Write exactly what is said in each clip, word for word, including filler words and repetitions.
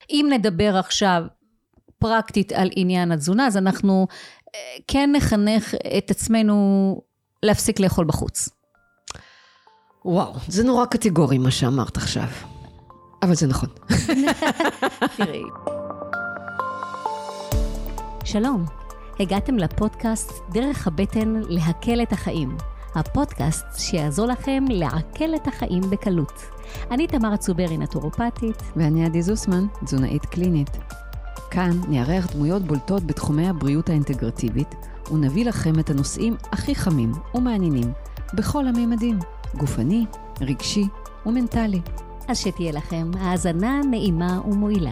אם נדבר עכשיו פרקטית על עניין התזונה, אז אנחנו כן נחנך את עצמנו להפסיק לאכול בחוץ. וואו, זה נורא קטגורי מה שאמרת עכשיו. אבל זה נכון. תראי. שלום, הגעתם לפודקאסט דרך הבטן להקל את החיים. הפודקאסט שיעזור לכם לעכל את החיים בקלות. אני תמר צוברי, נטורופטית. ואני עדי זוסמן, תזונאית קלינית. כאן נערך דמויות בולטות בתחומי הבריאות האינטגרטיבית, ונביא לכם את הנושאים הכי חמים ומעניינים, בכל הממדים, גופני, רגשי ומנטלי. אז שתהיה לכם האזנה נעימה ומועילה.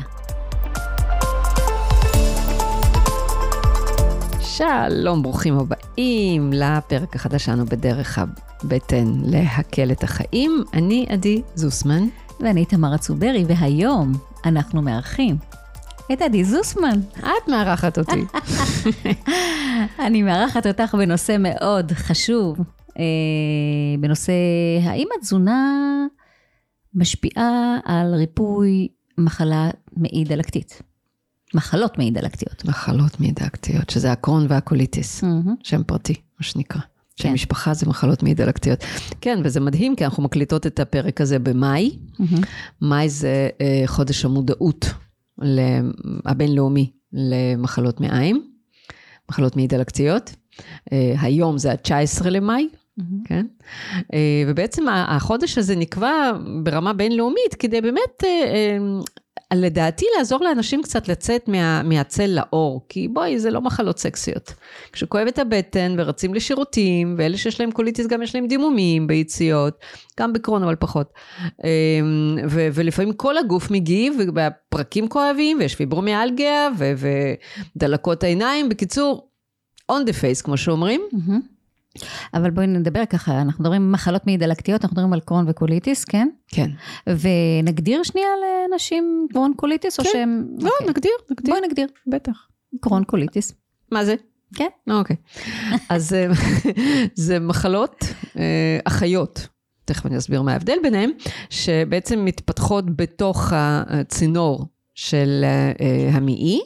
שלום, ברוכים הבאים לפרק החדש שלנו בדרך הבטן להקל את החיים. אני עדי זוסמן. ואני תמר צוברי, והיום אנחנו מארחים את עדי זוסמן. את מארחת אותי. אני מארחת אותך בנושא מאוד חשוב, בנושא האם התזונה משפיעה על ריפוי מחלה מעי דלקתית. מחלות מעי דלקתיות. מחלות מעי דלקתיות, שזה הקרון והקוליטיס, Mm-hmm. שם פרטי, מה שנקרא. שם כן. משפחה זה מחלות מעי דלקתיות. כן, וזה מדהים, כי אנחנו מקליטות את הפרק הזה במאי. Mm-hmm. מאי זה אה, חודש המודעות הבינלאומי למחלות מעיים, מחלות מעי דלקתיות. אה, היום זה ה-תשעה עשר למאי, mm-hmm. כן? אה, ובעצם החודש הזה נקבע ברמה בינלאומית, כדי באמת... אה, אה, לדעתי לעזור לאנשים קצת לצאת מה, מהצל לאור, כי בואי, זה לא מחלות סקסיות. כשכואב את הבטן ורצים לשירותים, ואלה שיש להם קוליטיס גם יש להם דימומים ביציאות, גם בקרון אבל פחות. ו- ולפעמים כל הגוף מגיב, והפרקים כואבים, ויש פיברומיאלגיה, ו- ודלקות העיניים, בקיצור, on the face, כמו שאומרים. Mm-hmm. אבל בואי נדבר ככה, אנחנו מדברים מחלות מעי דלקתיות, אנחנו מדברים על קרון וקוליטיס, כן? כן. ונגדיר שנייה לנשים קרון קוליטיס, כן. או שהם... לא, אוקיי. נגדיר, נגדיר. בואי נגדיר. בטח. קרון קוליטיס. מה זה? כן. אוקיי. אז זה מחלות אחיות, תכף אני אסביר מה ההבדל ביניהם, שבעצם מתפתחות בתוך הצינור של המעי,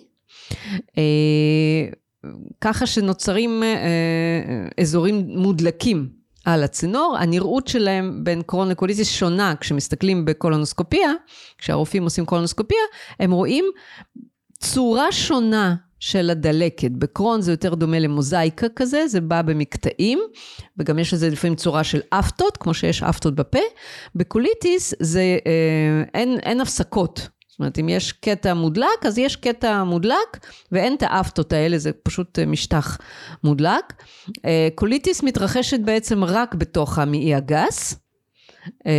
ככה שנוצרים אזורים מודלקים על הצינור, הנראות שלהם בין קרון לקוליטיס שונה, כשמסתכלים בקולונוסקופיה, כשהרופאים עושים קולונוסקופיה, הם רואים צורה שונה של הדלקת. בקרון זה יותר דומה למוזאיקה כזה, זה בא במקטעים, וגם יש לזה לפעמים צורה של אפטות, כמו שיש אפטות בפה. בקוליטיס זה, אה, אין, אין הפסקות. זאת אומרת, אם יש קטע מודלק, אז יש קטע מודלק, ואין את האפטות האלה, זה פשוט משטח מודלק. אה, קוליטיס מתרחשת בעצם רק בתוך המעי הגס, אה,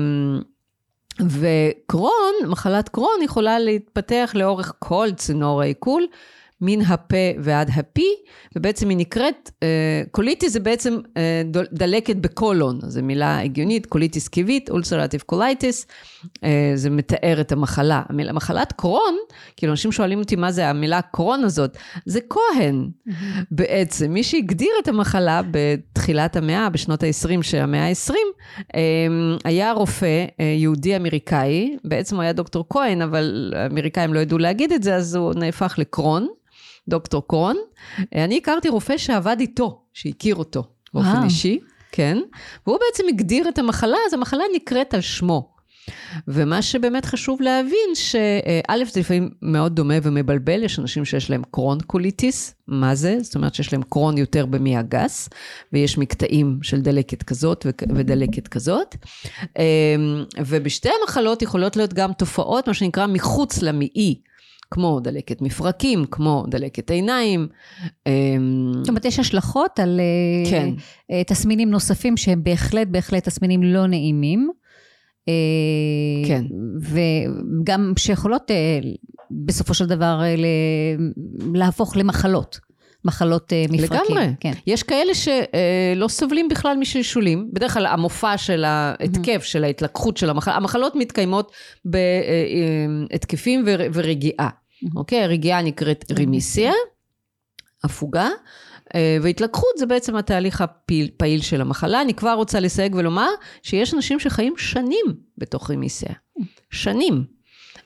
וקרון, מחלת קרון יכולה להתפתח לאורך כל צינור העיכול, מן הפה ועד הפי, ובעצם היא נקראת, קוליטיס זה בעצם דלקת בקולון, זו מילה הגיונית, קוליטיס קיבית, אולסרטיב קולייטיס, זה מתאר את המחלה. המחלת קרון, כאילו אנשים שואלים אותי מה זה המילה קרון הזאת, זה כהן בעצם, מי שהגדיר את המחלה בתחילת המאה, בשנות ה-עשרים של המאה ה-עשרים, היה רופא יהודי אמריקאי, בעצם הוא היה דוקטור כהן, אבל האמריקאים לא ידעו להגיד את זה, אז הוא נהפך לקרון, דוקטור קרון. אני הכרתי רופא שעבד איתו, שהכיר אותו באופן אישי, כן, והוא בעצם הגדיר את המחלה, אז המחלה נקראת על שמו. ומה שבאמת חשוב להבין, שא' זה לפעמים מאוד דומה ומבלבל, יש אנשים שיש להם קרון קוליטיס, מה זה? זאת אומרת שיש להם קרון יותר במעי הגס, ויש מקטעים של דלקת כזאת ודלקת כזאת, ובשתי המחלות יכולות להיות גם תופעות, מה שנקרא מחוץ למעי, כמו דלקת מפרקים, כמו דלקת עיניים. זאת אומרת, יש השלכות על כן. תסמינים נוספים, שהם בהחלט, בהחלט תסמינים לא נעימים, כן. וגם שיכולות בסופו של דבר להפוך למחלות, מחלות מפרקים. לגמרי. כן. יש כאלה שלא סובלים בכלל משלשולים, בדרך כלל המופע של ההתקף, mm-hmm. של ההתלקחות של המחלה, המחלות מתקיימות בהתקפים ורגיעה. Mm-hmm. אוקיי? הרגיעה נקראת רמיסיה, הפוגה, והתלקחות זה בעצם התהליך הפעיל של המחלה. אני כבר רוצה לסייג ולומר שיש אנשים שחיים שנים בתוך רמיסיה. שנים.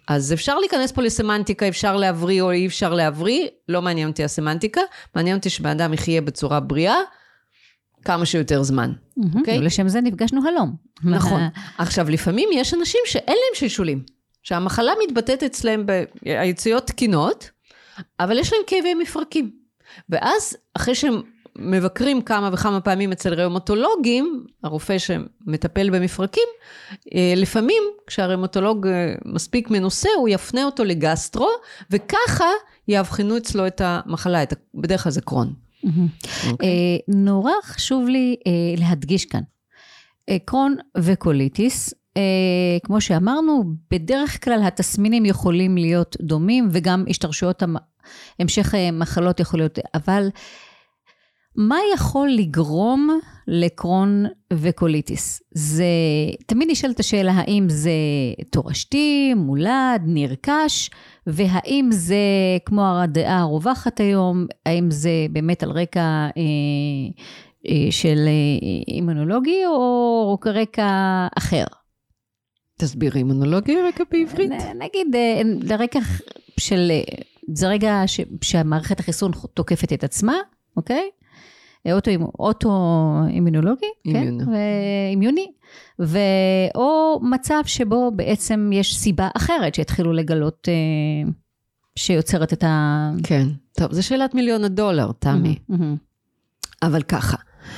אז אפשר להיכנס פה לסמנטיקה, אפשר להבריא או אי אפשר להבריא, לא מעניין אותי הסמנטיקה, מעניין אותי שבאדם יחיה בצורה בריאה, כמה שיותר זמן. אוקיי? ולשם זה נפגשנו הלום. נכון. עכשיו, לפעמים יש אנשים שאין להם שלשולים, שהמחלה מתבטאת אצלם ביציאות תקינות, אבל יש להם כאבי מפרקים. ואז, אחרי שהם מבקרים כמה וכמה פעמים אצל ראומטולוגים, הרופא שמטפל במפרקים, לפעמים כשהראומטולוג מספיק מנוסה, הוא יפנה אותו לגסטרו, וככה יאבחנו אצלו את המחלה, בדרך כלל זה קרון. נורא חשוב לי להדגיש כאן, קרון וקוליטיס, כמו שאמרנו, בדרך כלל התסמינים יכולים להיות דומים, וגם השתרשויות המשך מחלות יכול להיות, אבל מה יכול לגרום לקרון וקוליטיס? זה, תמיד נשאלת השאלה, האם זה תורשתי, מולד, נרכש, והאם זה, כמו הדעה הרווחת היום, האם זה באמת על רקע אה, אה, של אה, אימונולוגי, או רקע אחר? תסבירי, אימונולוגי רקע בעברית? נגיד, אה, לרקע של, זה רגע ש, שהמערכת החיסון תוקפת את עצמה, אוקיי? אוטו, אוטו-אימונולוגי, כן? ואימיוני, או מצב שבו בעצם יש סיבה אחרת שהתחילו לגלות, שיוצרת את ה... כן, טוב, זו שאלת מיליון הדולר, תמי. אבל ככה,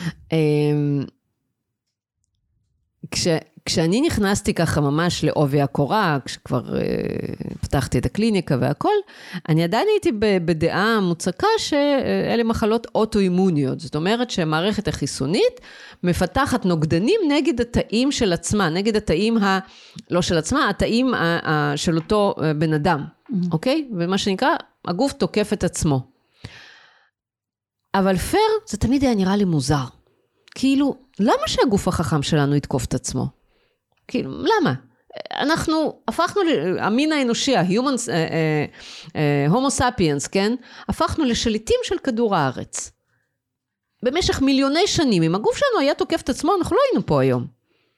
כש... כשאני נכנסתי ככה ממש לעובי הקורה, כשכבר אה, פתחתי את הקליניקה והכל, אני עדיין הייתי בדעה מוצקה שאלה מחלות אוטואימוניות. זאת אומרת שהמערכת החיסונית מפתחת נוגדנים נגד התאים של עצמה, נגד התאים, ה, לא של עצמה, התאים ה, ה, של אותו בן אדם. Mm-hmm. אוקיי? ומה שנקרא, הגוף תוקף את עצמו. אבל פר, זה תמיד היה נראה לי מוזר. כאילו, למה שהגוף החכם שלנו יתקוף את עצמו? כאילו, למה? אנחנו הפכנו, המין האנושי, ה-humans, הומו ספיאנס, כן? הפכנו לשליטים של כדור הארץ. במשך מיליוני שנים, אם הגוף שלנו היה תוקף את עצמו, אנחנו לא היינו פה היום.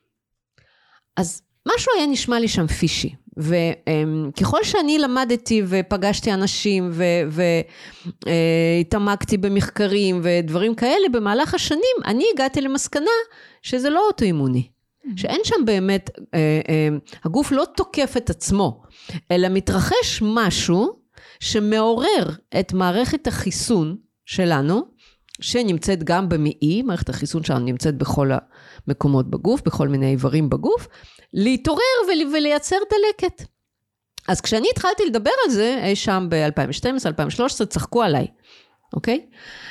אז משהו היה נשמע לי שם פישי. וככל שאני למדתי ופגשתי אנשים והתעמקתי במחקרים ודברים כאלה, במהלך השנים אני הגעתי למסקנה שזה לא אוטואימוני. שאין שם באמת, הגוף לא תוקף את עצמו, אלא מתרחש משהו שמעורר את מערכת החיסון שלנו, שנמצאת גם במעי, מערכת החיסון שלנו נמצאת בכל המקומות בגוף, בכל מיני איברים בגוף, להתעורר ולייצר דלקת. אז כשאני התחלתי לדבר על זה, אי שם ב-אלפיים ושתים עשרה אלפיים ושלוש עשרה, צחקו עליי, אוקיי?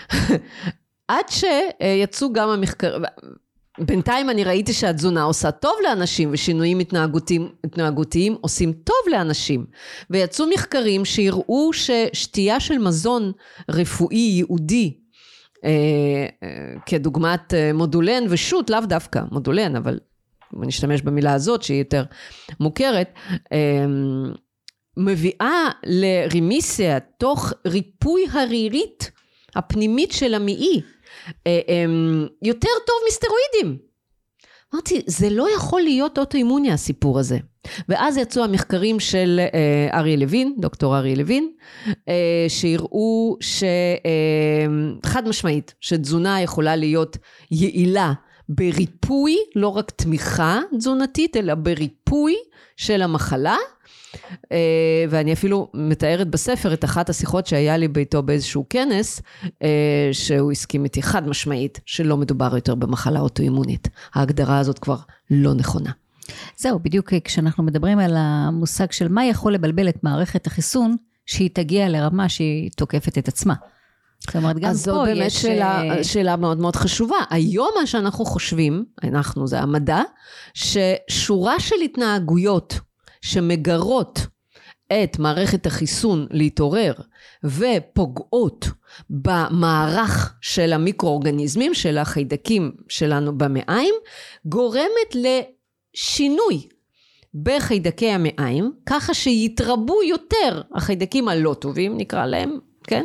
עד שיצאו גם המחקר... בינתיים אני ראיתי שהתזונה עושה טוב לאנשים, ושינויים התנהגותיים, התנהגותיים עושים טוב לאנשים. ויצאו מחקרים שיראו ששתייה של מזון רפואי ייעודי, אה, אה, כדוגמת מודולן ושוט, לאו דווקא מודולן, אבל נשתמש במילה הזאת שהיא יותר מוכרת, אה, מביאה לרמיסיה תוך ריפוי הרירית הפנימית של המעי, יותר טוב מסטרואידים. אמרתי, זה לא יכול להיות אוטואימוניה הסיפור הזה. ואז יצאו המחקרים של אריה לוין, דוקטור אריה לוין, שיראו שחד משמעית, שתזונה יכולה להיות יעילה בריפוי, לא רק תמיכה תזונתית, אלא בריפוי של המחלה, ואני אפילו מתארת בספר את אחת השיחות שהיה לי ביתו באיזשהו כנס, שהוא הסכים איתי חד משמעית, שלא מדובר יותר במחלה אוטואימונית. ההגדרה הזאת כבר לא נכונה. זהו, בדיוק כשאנחנו מדברים על המושג של מה יכול לבלבל את מערכת החיסון, שהיא תגיע לרמה שהיא תוקפת את עצמה. זאת אומרת, גם אז פה זאת באמת יש... שאלה, שאלה מאוד מאוד חשובה. היום מה שאנחנו חושבים, אנחנו זה המדע, ששורה של התנהגויות שמגרות את מערכת החיסון להתעורר ופוגעות במערך של המיקרואורגניזמים, של החיידקים שלנו במעיים, גורמת לשינוי בחיידקי המעיים, ככה שיתרבו יותר החיידקים הלא טובים, נקרא להם, כן?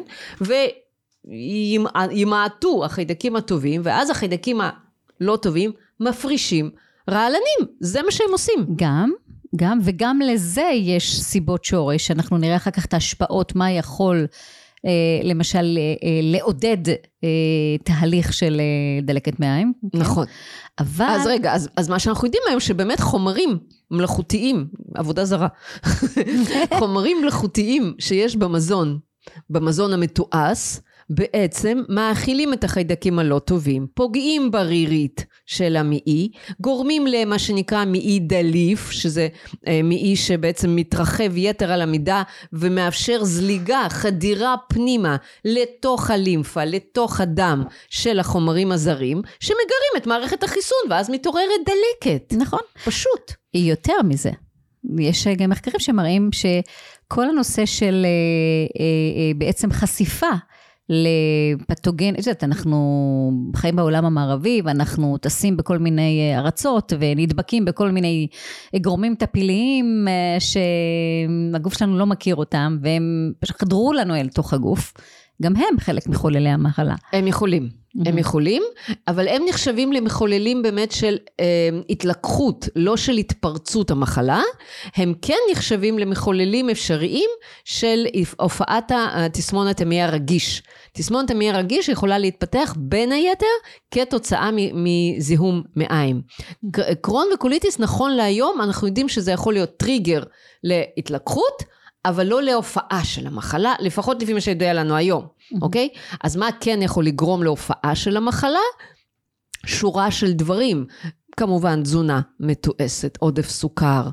וימעטו החיידקים הטובים, ואז החיידקים הלא טובים מפרישים רעלנים. זה מה שהם עושים. גם... גם, וגם לזה יש סיבות שורש, אנחנו נראה אחר כך את ההשפעות, מה יכול למשל לעודד תהליך של דלקת מעיים. נכון. אבל... אז רגע, אז, אז מה שאנחנו יודעים היום, שבאמת חומרים מלאכותיים, עבודה זרה, חומרים מלאכותיים שיש במזון, במזון המתועש, בעצם מאכילים את החיידקים הלא טובים, פוגעים ברירית של המעי, גורמים למה שנקרא מעי דליף, שזה אה, מעי שבעצם מתרחב יתר על המידה, ומאפשר זליגה, חדירה פנימה, לתוך הלימפה, לתוך הדם של החומרים הזרים, שמגרים את מערכת החיסון, ואז מתעוררת דלקת. נכון. פשוט. יותר מזה. יש גם מחקרים שמראים שכל הנושא של אה, אה, בעצם חשיפה, לפתוגן, אנחנו חיים בעולם המערבי, ואנחנו טסים בכל מיני ארצות, ונדבקים בכל מיני גורמים טפיליים, שהגוף שלנו לא מכיר אותם, והם פשוט חדרו לנו אל תוך הגוף, גם הם חלק מחוללי המחלה. הם יכולים, הם יכולים, אבל הם נחשבים למחוללים באמת של אה, התלקחות, לא של התפרצות המחלה, הם כן נחשבים למחוללים אפשריים של הופעת התסמונת המעי הרגיש. תסמונת המעי הרגיש יכולה להתפתח בין היתר כתוצאה מזיהום מעיים. קרון וקוליטיס נכון להיום, אנחנו יודעים שזה יכול להיות טריגר להתלקחות, אבל לא להופעה של המחלה, לפחות לפי מה שידוע לנו היום, אוקיי? אז מה כן יכול לגרום להופעה של המחלה? שורה של דברים, כמובן תזונה מתועסת, עודף סוכר,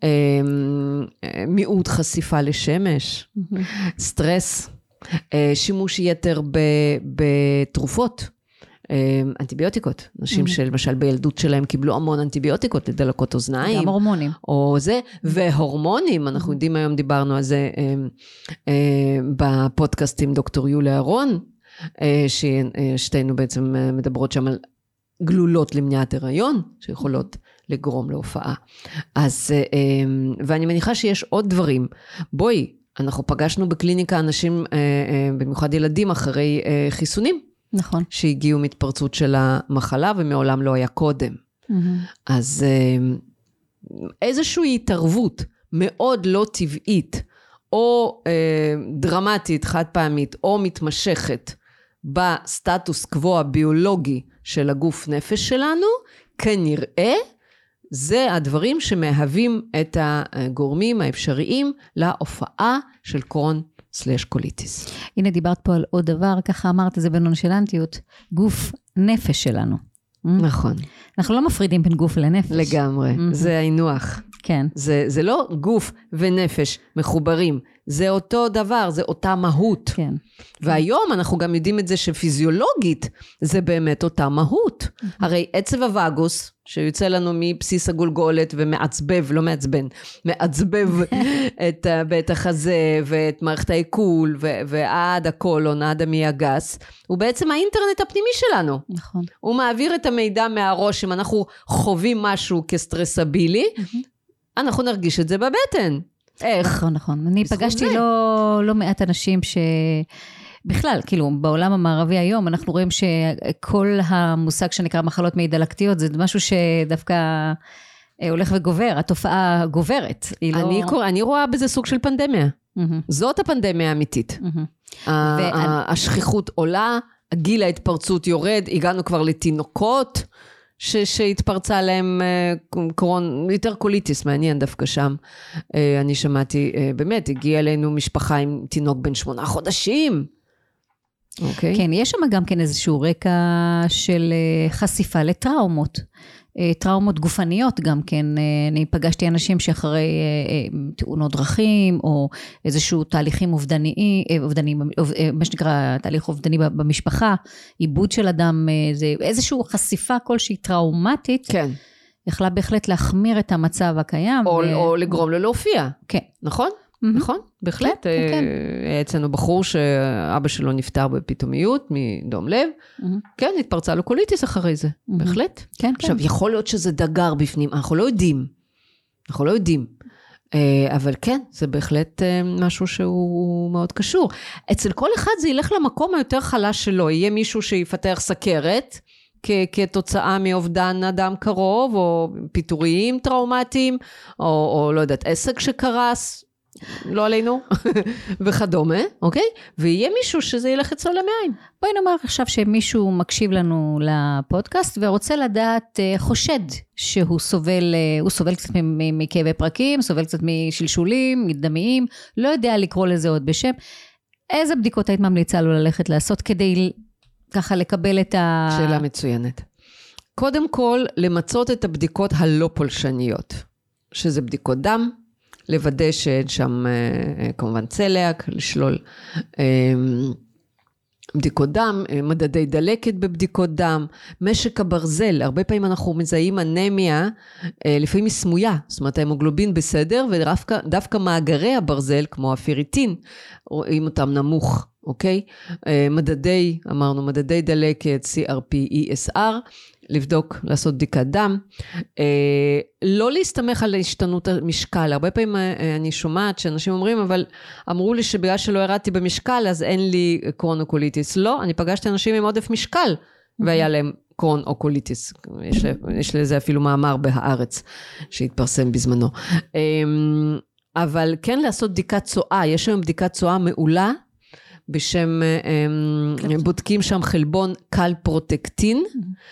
מיעוט חשיפה לשמש, סטרס, שימוש יתר בתרופות, אנטיביוטיקות, נשים שלמשל בילדות שלהם קיבלו המון אנטיביוטיקות לדלקות אוזניים. גם הורמונים. או זה, והורמונים, אנחנו יודעים היום, דיברנו על זה בפודקאסט עם דוקטור יוליה אהרון, ששתינו בעצם מדברות שם על גלולות למניעת הריון, שיכולות לגרום להופעה. אז, ואני מניחה שיש עוד דברים. בואי, אנחנו פגשנו בקליניקה אנשים, במיוחד ילדים אחרי חיסונים, נכון. שהגיעו מתפרצות של המחלה, ומעולם לא היה קודם. Mm-hmm. אז איזושהי התערבות מאוד לא טבעית, או דרמטית, חד פעמית, או מתמשכת, בסטטוס קוו הביולוגי של הגוף נפש שלנו, כנראה, זה הדברים שמהווים את הגורמים האפשריים להופעה של קרון סלש קוליטיס. הנה דיברת פה על עוד דבר, ככה אמרת את זה בנונשלנטיות, גוף נפש שלנו. נכון. אנחנו לא מפרידים בין גוף לנפש. לגמרי, זה העינוח. כן. זה, זה לא גוף ונפש מחוברים, זה אותו דבר, זה אותה מהות. כן. והיום אנחנו גם יודעים את זה שפיזיולוגית, זה באמת אותה מהות. הרי עצב הווגוס, שיוצא לנו מבסיס הגולגולת ומעצבב, לא מעצבן, מעצבב את בית החזה ואת מערכת העיכול ו- ועד הקולון, עד המעי הגס, הוא בעצם האינטרנט הפנימי שלנו. נכון. הוא מעביר את המידע מהראש, אם אנחנו חווים משהו כסטרסבילי, אנחנו נרגיש את זה בבטן. איך? נכון, נכון. אני פגשתי לא, לא מעט אנשים ש... בכלל, כאילו, בעולם המערבי היום, אנחנו רואים שכל המושג שנקרא מחלות מעי דלקתיות, זה משהו שדווקא הולך וגובר, התופעה גוברת. אני, לא... אני רואה בזה סוג של פנדמיה. Mm-hmm. זאת הפנדמיה האמיתית. Mm-hmm. ה- השכיחות עולה, גיל ההתפרצות יורד, הגענו כבר לתינוקות, ש- שהתפרצה להם קרון, יותר קוליטיס, מעניין דווקא שם. אני שמעתי, באמת, הגיע אלינו משפחה עם תינוק בן שמונה חודשים. אוקיי. כן, יש שם גם כן איזשהו רקע של חשיפה לטראומות. טראומות גופניות גם כן, אני פגשתי אנשים שאחרי תאונות דרכים, או איזשהו תהליכים אובדניים, אובדניים, מה שנקרא תהליך אובדני במשפחה, עיבוד של אדם, זה איזשהו חשיפה כלשהי טראומטית, כן. יכלה בהחלט להחמיר את המצב הקיים. או, ו... או לגרום לו להופיע. כן. נכון? Mm-hmm. נכון? בהחלט. כן, כן. אצלנו בחור שאבא שלו נפטר בפתאומיות מדום לב, mm-hmm. כן, התפרצה לו קוליטיס אחרי זה. Mm-hmm. בהחלט. כן, עכשיו, כן. יכול להיות שזה דגר בפנים, אנחנו לא יודעים. אנחנו לא יודעים. אבל כן, זה בהחלט משהו שהוא מאוד קשור. אצל כל אחד זה ילך למקום היותר חלש שלו. יהיה מישהו שיפתח סכרת, כ- כתוצאה מאובדן אדם קרוב, או פיטוריים טראומטיים, או, או לא יודעת, עסק שקרס, לא עלינו, וכדומה, אוקיי? ויהיה מישהו שזה ילך אצלו למעיים. בואי נאמר עכשיו שמישהו מקשיב לנו לפודקאסט, ורוצה לדעת, חושד שהוא סובל, הוא סובל קצת מכאבי פרקים, סובל קצת משלשולים, מדמיים, לא יודע לקרוא לזה עוד בשם. איזה בדיקות היית ממליצה לו ללכת לעשות, כדי ככה לקבל את ה... שאלה מצוינת. קודם כל, למצות את הבדיקות הלא פולשניות, שזה בדיקות דם, לוודא שאין שם כמובן צליאק, לשלול בדיקות דם, מדדי דלקת בבדיקות דם, משק הברזל, הרבה פעמים אנחנו מזהים אנמיה, לפעמים היא סמויה, זאת אומרת ההמוגלובין בסדר, ודווקא מאגרי הברזל, כמו הפיריטין, רואים אותם נמוך, אוקיי? מדדי, אמרנו, מדדי דלקת, סי אר פי, אי אס אר, לבדוק, לעשות בדיקת דם, לא להסתמך על השתנות המשקל, הרבה פעמים אני שומעת שאנשים אומרים, אבל אמרו לי שבגלל שלא ירדתי במשקל, אז אין לי קרון או קוליטיס, לא, אני פגשתי אנשים עם עודף משקל, והיה להם קרון או קוליטיס, יש, יש לזה אפילו מאמר בהארץ, שהתפרסם בזמנו, אבל כן לעשות בדיקת צואה, יש היום בדיקת צואה מעולה, בשם, בודקים שם חלבון קל פרוטקטין,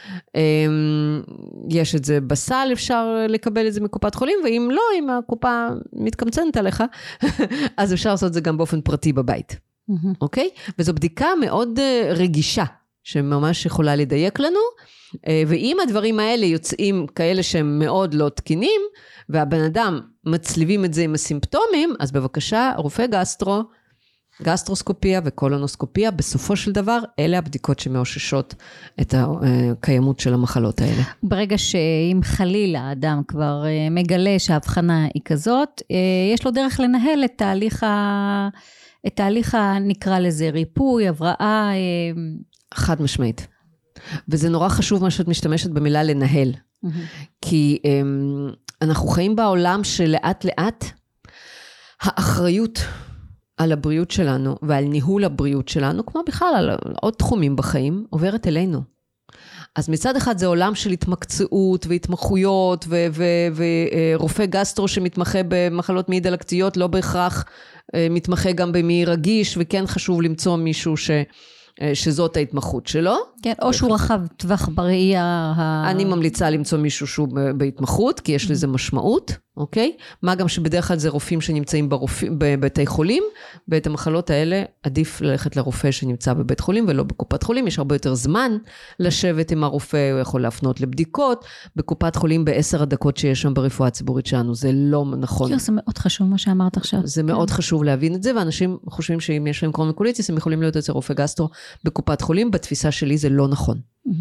יש את זה בסל, אפשר לקבל את זה מקופת חולים, ואם לא, אם הקופה מתקמצנת עליך, אז אפשר לעשות את זה גם באופן פרטי בבית, אוקיי? וזו בדיקה מאוד רגישה, שממש יכולה לדייק לנו, ואם הדברים האלה יוצאים כאלה שהם מאוד לא תקינים, והבן אדם מצליבים את זה עם הסימפטומים, אז בבקשה, רופא גסטרו, גסטרוסקופיה וקולונוסקופיה, בסופו של דבר, אלה הבדיקות שמאוששות את הקיימות של המחלות האלה. ברגע שאם חלילה האדם כבר מגלה שההבחנה היא כזאת, יש לו דרך לנהל את תהליך, ה... את תהליך ה... נקרא לזה ריפוי, הבראה. חד משמעית. וזה נורא חשוב מה שאת משתמשת במילה לנהל. Mm-hmm. כי אנחנו חיים בעולם שלאט לאט, האחריות על הבריאות שלנו ועל ניהול הבריאות שלנו, כמו בכלל על עוד תחומים בחיים, עוברת אלינו. אז מצד אחד זה עולם של התמקצעות והתמחויות, ורופא גסטרו שמתמחה במחלות מעי דלקתיות, לא בהכרח מתמחה גם במעי רגיש, וכן חשוב למצוא מישהו ש... שזאת ההתמחות שלו. כן, או שהוא רחב טווח בראייה. אני ממליצה למצוא מישהו שהוא בהתמחות, כי יש לזה משמעות, אוקיי? מה גם שבדרך כלל זה רופאים שנמצאים בבתי חולים, ואת המחלות האלה עדיף ללכת לרופא שנמצא בבית חולים, ולא בקופת חולים, יש הרבה יותר זמן לשבת עם הרופא, הוא יכול להפנות לבדיקות, בקופת חולים בעשר הדקות שיש שם ברפואה הציבורית שלנו, זה לא נכון. זה מאוד חשוב מה שאמרת עכשיו. זה מאוד חשוב להבין את זה, ואנשים חושבים שאם יש להם קרון וקוליטיס, הם יכולים להיות אצל רופא גסטרו בקופת חולים, בתפיסה שלי זה לא נכון.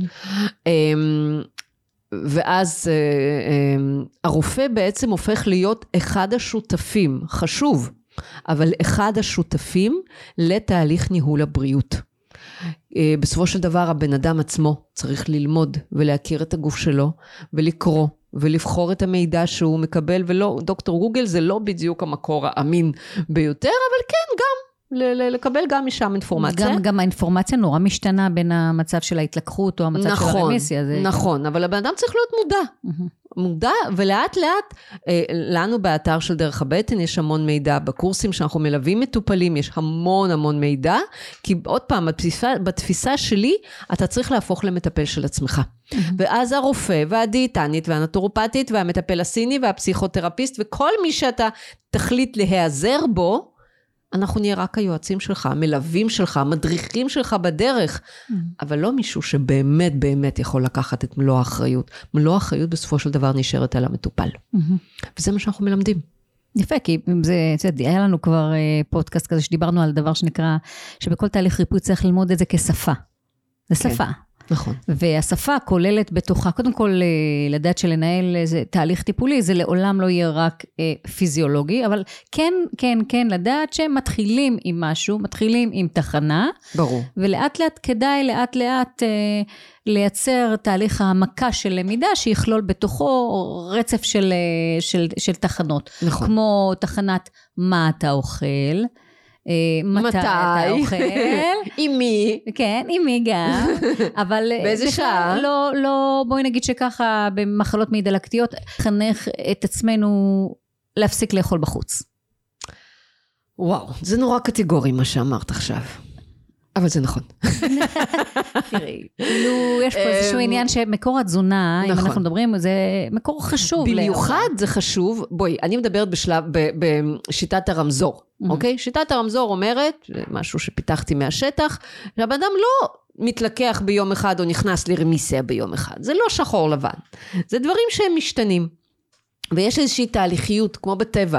ואז הרופא בעצם הופך להיות אחד השותפים, חשוב, אבל אחד השותפים לתהליך ניהול הבריאות. בסופו של דבר הבן אדם עצמו צריך ללמוד ולהכיר את הגוף שלו, ולקרוא ולבחור את המידע שהוא מקבל, ולא, דוקטור גוגל זה לא בדיוק המקור האמין ביותר, אבל כן גם. לקבל גם משם אינפורמציה. גם, גם האינפורמציה נורא משתנה בין המצב של ההתלקחות או המצב נכון, של הרמיסיה. זה... נכון, אבל הבן אדם צריך להיות מודע. Mm-hmm. מודע, ולאט לאט, אה, לנו באתר של דרך הבטן יש המון מידע, בקורסים שאנחנו מלווים מטופלים, יש המון המון מידע, כי עוד פעם, בתפיסה, בתפיסה שלי, אתה צריך להפוך למטפל של עצמך. Mm-hmm. ואז הרופא והדיאטנית והנטורופטית והמטפל הסיני והפסיכותרפיסט, וכל מי שאתה תחליט להיעזר בו, אנחנו נהיה רק היועצים שלך, המלווים שלך, המדריכים שלך בדרך, mm. אבל לא מישהו שבאמת באמת יכול לקחת את מלוא האחריות. מלוא האחריות בסופו של דבר נשארת על המטופל. Mm-hmm. וזה מה שאנחנו מלמדים. יפה, כי זה, זה, היה לנו כבר פודקאסט כזה שדיברנו על דבר שנקרא, שבכל תהליך ריפוי צריך ללמוד את זה כשפה. זה שפה. כן. נכון. והשפה כוללת בתוכה, קודם כל לדעת שלנהל איזה תהליך טיפולי, זה לעולם לא יהיה רק אה, פיזיולוגי, אבל כן, כן, כן, לדעת שמתחילים עם משהו, מתחילים עם תחנה, ברור. ולאט לאט כדאי, לאט לאט אה, לייצר תהליך העמקה של למידה, שיכלול בתוכו רצף של, של, של תחנות. נכון. כמו תחנת מה אתה אוכל, מתי אתה אוכל. עם מי. כן, עם מי גם. אבל באיזה שעה. לא, לא, בואי נגיד שככה, במחלות מעי דלקתיות, חנך את עצמנו להפסיק לאכול בחוץ. וואו, זה נורא קטגורי מה שאמרת עכשיו. אבל זה נכון. תראי, כאילו, יש פה איזשהו עניין שמקור התזונה, אם אנחנו מדברים, זה מקור חשוב. במיוחד זה חשוב, בואי, אני מדברת בשלב, בשיטת הרמזור, אוקיי? שיטת הרמזור אומרת, משהו שפיתחתי מהשטח, שהבן אדם לא מתלקח ביום אחד, או נכנס לרמיסיה ביום אחד. זה לא שחור לבן. זה דברים שהם משתנים. ויש איזושהי תהליכיות, כמו בטבע.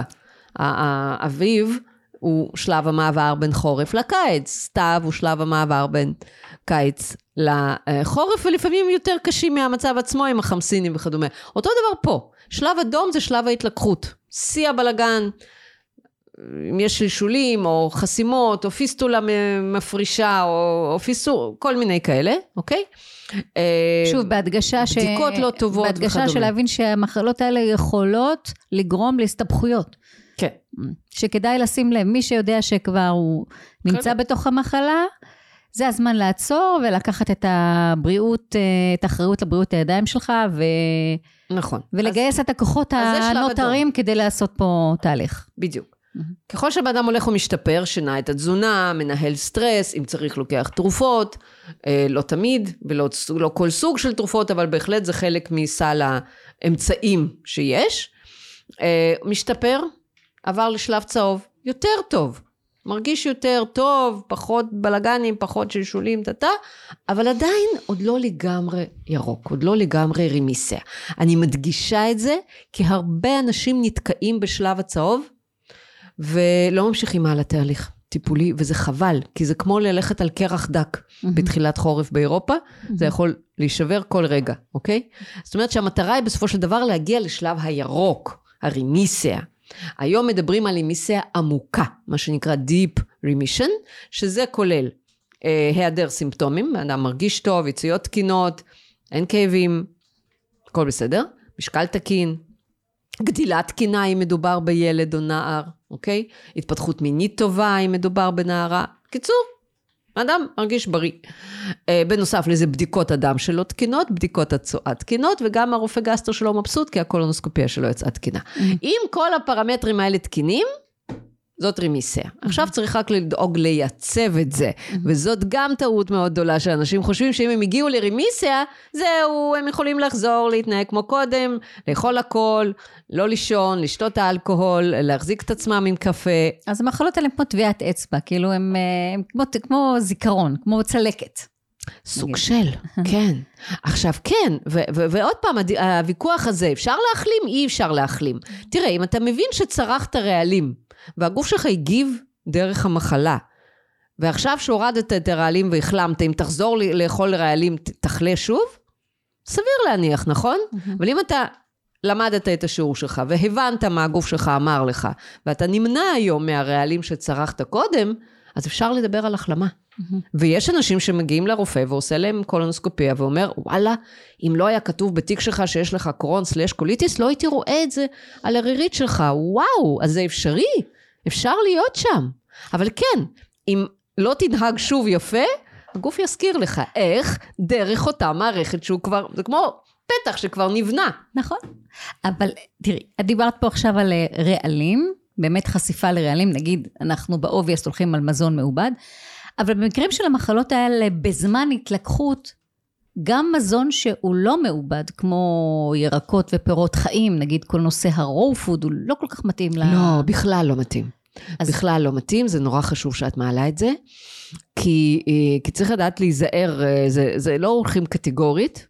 האביב, הוא שלב המעבר בין חורף לקיץ, סתיו הוא שלב המעבר בין קיץ לחורף, ולפעמים יותר קשים מהמצב עצמו עם החמסינים וכדומה. אותו דבר פה, שלב אדום זה שלב ההתלקחות, שיא הבלגן, אם יש שלשולים או חסימות, או פיסטולה מפרישה, או, או פיסטול, כל מיני כאלה, אוקיי? שוב, בהדגשה, ש... בדיקות לא טובות בהדגשה וכדומה. של להבין שהמחלות האלה יכולות לגרום להסתבכויות. כן. שכדאי לשים לב, מי שיודע שכבר הוא נמצא בתוך המחלה, זה הזמן לעצור ולקחת את הבריאות, את האחריות לבריאות הידיים שלך, ו... נכון. ולגייס אז, את הכוחות הנותרים כדי לעשות פה תהליך. בדיוק. ככל שבאדם הולך ומשתפר, שינה את התזונה, מנהל סטרס, אם צריך לוקח תרופות, לא תמיד, ולא לא כל סוג של תרופות, אבל בהחלט זה חלק מסל האמצעים שיש. משתפר, עבר לשלב צהוב, יותר טוב, מרגיש יותר טוב, פחות בלגנים, פחות שלשולים, תתה, אבל עדיין עוד לא לגמרי ירוק, עוד לא לגמרי רמיסיה. אני מדגישה את זה, כי הרבה אנשים נתקעים בשלב הצהוב, ולא ממשיכים על התהליך טיפולי, וזה חבל, כי זה כמו ללכת על קרח דק, mm-hmm. בתחילת חורף באירופה, mm-hmm. זה יכול להישבר כל רגע, אוקיי? זאת אומרת שהמטרה היא בסופו של דבר להגיע לשלב הירוק, הרמיסיה. היום מדברים על רמיסיה עמוקה, מה שנקרא Deep Remission, שזה כולל אה, היעדר סימפטומים, האדם מרגיש טוב, יציאות תקינות, אין כאבים, הכל בסדר, משקל תקין, גדילה תקינה אם מדובר בילד או נער, אוקיי? התפתחות מינית טובה אם מדובר בנערה, קיצור, האדם מרגיש בריא. בנוסף לזה בדיקות הדם שלו תקינות, בדיקות הצואה תקינות, וגם הרופא גסטר שלו מבסוט, כי הקולונוסקופיה שלו יצאה תקינה. אם כל הפרמטרים האלה תקינים, זאת רמיסיה. עכשיו צריך רק לדאוג לייצב את זה, וזאת גם טעות מאוד גדולה, שאנשים חושבים שאם הם הגיעו לרמיסיה, זהו, הם יכולים לחזור, להתנהג כמו קודם, לאכול הכל, לא לישון, לשתות האלכוהול, להחזיק את עצמם עם קפה. אז המחלות האלה כמו טביעת אצבע, כאילו הם, הם כמו, כמו זיכרון, כמו צלקת. סוג של, כן. עכשיו כן, ו- ו- ועוד פעם, הוויכוח הזה, אפשר להחלים? אי אפשר להחלים. תראה, אם אתה מבין שצרכת רעלים, והגוף שלך הגיב דרך המחלה, ועכשיו שהורדת את הרעלים והחלמת, אם תחזור לאכול רעלים, תחלה שוב? סביר להניח, נכון? אבל אם אתה למדת את השיעור שלך, והבנת מה הגוף שלך אמר לך, ואתה נמנע היום מהרעלים שצרכת קודם, אז אפשר לדבר על החלמה. ויש אנשים שמגיעים לרופא ועושה להם קולונוסקופיה ואומר, וואלה, אם לא היה כתוב בתיק שלך שיש לך קרון סלש קוליטיס, לא הייתי רואה את זה על הרירית שלך. וואו, אז זה אפשרי, אפשר להיות שם. אבל כן, אם לא תנהג שוב יפה, הגוף יזכיר לך איך דרך אותה מערכת שהוא כבר, זה כמו פתח שכבר נבנה. נכון. אבל תראי, את דיברת פה עכשיו על רעלים, באמת חשיפה לרעלים, נגיד אנחנו באובייסט הולכים על מזון מעובד, אבל במקרים של המחלות האלה, בזמן התלקחות, גם מזון שהוא לא מעובד, כמו ירקות ופירות חיים, נגיד כל נושא הרואו פוד, הוא לא כל כך מתאים ל... לא, בכלל לא מתאים. אז... בכלל לא מתאים, זה נורא חשוב שאת מעלה את זה, כי, כי צריך לדעת להיזהר, זה, זה לא הולכים קטגורית,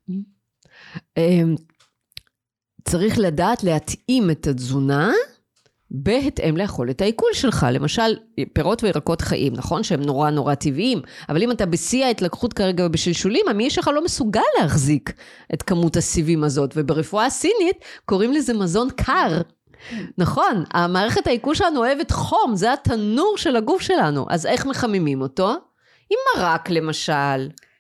צריך לדעת להתאים את התזונה, בהתאם ליכולת העיכול שלך, למשל פירות וירקות חיים, נכון שהם נורא נורא טבעיים, אבל אם אתה בשיא ההתלקחות כרגע בשלשולים, המעי שלך לא מסוגל להחזיק את כמות הסיבים הזאת, וברפואה הסינית קוראים לזה מזון קר, נכון, המערכת העיכול שלנו אוהבת חום, זה התנור של הגוף שלנו, אז איך מחממים אותו? עם מרק למשל,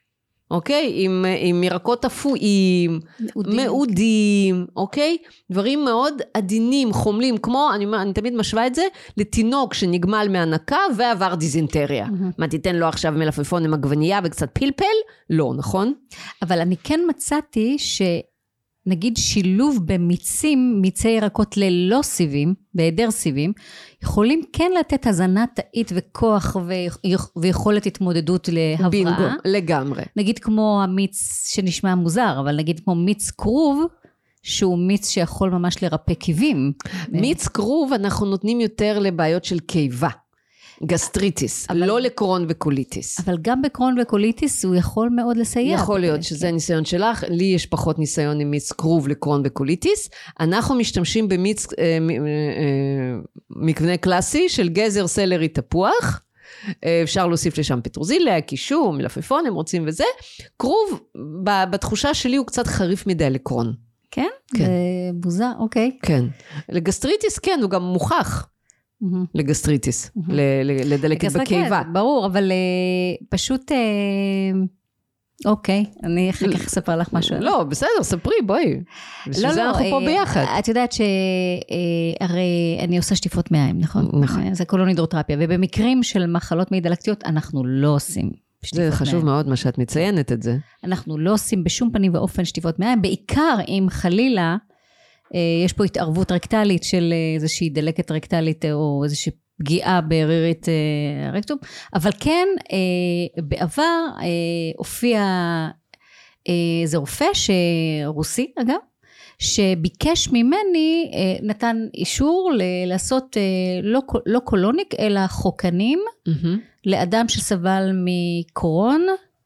אוקיי? עם, עם ירקות אפויים, מעודים. מעודים, אוקיי? דברים מאוד עדינים, חומלים, כמו, אני, אני תמיד משווה את זה, לתינוק שנגמל מהנקה ועבר דיזינטריה. Mm-hmm. מה, תיתן לו עכשיו מלפפון עם עגבנייה וקצת פלפל? לא, נכון? אבל אני כן מצאתי ש... נגיד שילוב במיצים, מיצי ירקות ללא סיבים, בהיעדר סיבים, יכולים כן לתת הזנה תאית וכוח ויכולת התמודדות להבראה. בינגו, לגמרי. נגיד כמו המיץ שנשמע מוזר, אבל נגיד כמו מיץ כרוב, שהוא מיץ שיכול ממש לרפא קיבים. מיץ כרוב אנחנו נותנים יותר לבעיות של קיבה. גסטריטיס, אבל, לא לקרון וקוליטיס. אבל גם בקרון וקוליטיס הוא יכול מאוד לסייע. יכול להיות שזה ניסיון שלך, לי יש פחות ניסיון עם מיץ כרוב לקרון וקוליטיס, אנחנו משתמשים במיץ אה, אה, מקנה קלאסי של גזר סלרי תפוח, אה, אפשר להוסיף לשם פטרוזיליה, קישור, מלפפון, הם רוצים וזה, כרוב בתחושה שלי הוא קצת חריף מדי לקרון. כן? כן. זה מוזר, אוקיי. כן. לגסטריטיס כן, הוא גם מוכח. לגסטריטיס, לדלקת בקיבה. ברור, אבל פשוט, אוקיי, אני אחר כך אספר לך משהו. לא, בסדר, ספרי, בואי. בשביל זה אנחנו פה ביחד. את יודעת שהרי אני עושה שטיפות מעיים, נכון? נכון. זה קולון הידרותרפיה, ובמקרים של מחלות מעי דלקתיות, אנחנו לא עושים שטיפות מעיים. זה חשוב מאוד מה שאת מציינת את זה. אנחנו לא עושים בשום פנים ואופן שטיפות מעיים, בעיקר אם חלילה, יש פה התערבות רקטלית של איזושהי דלקת רקטלית או איזושהי פגיעה ברירית הרקטום, אבל כן בעבר הופיע איזה רופא שרוסי אגב, שביקש ממני, נתן אישור לעשות לא, לא קולוניק אלא חוקנים, mm-hmm. לאדם שסבל מקרון,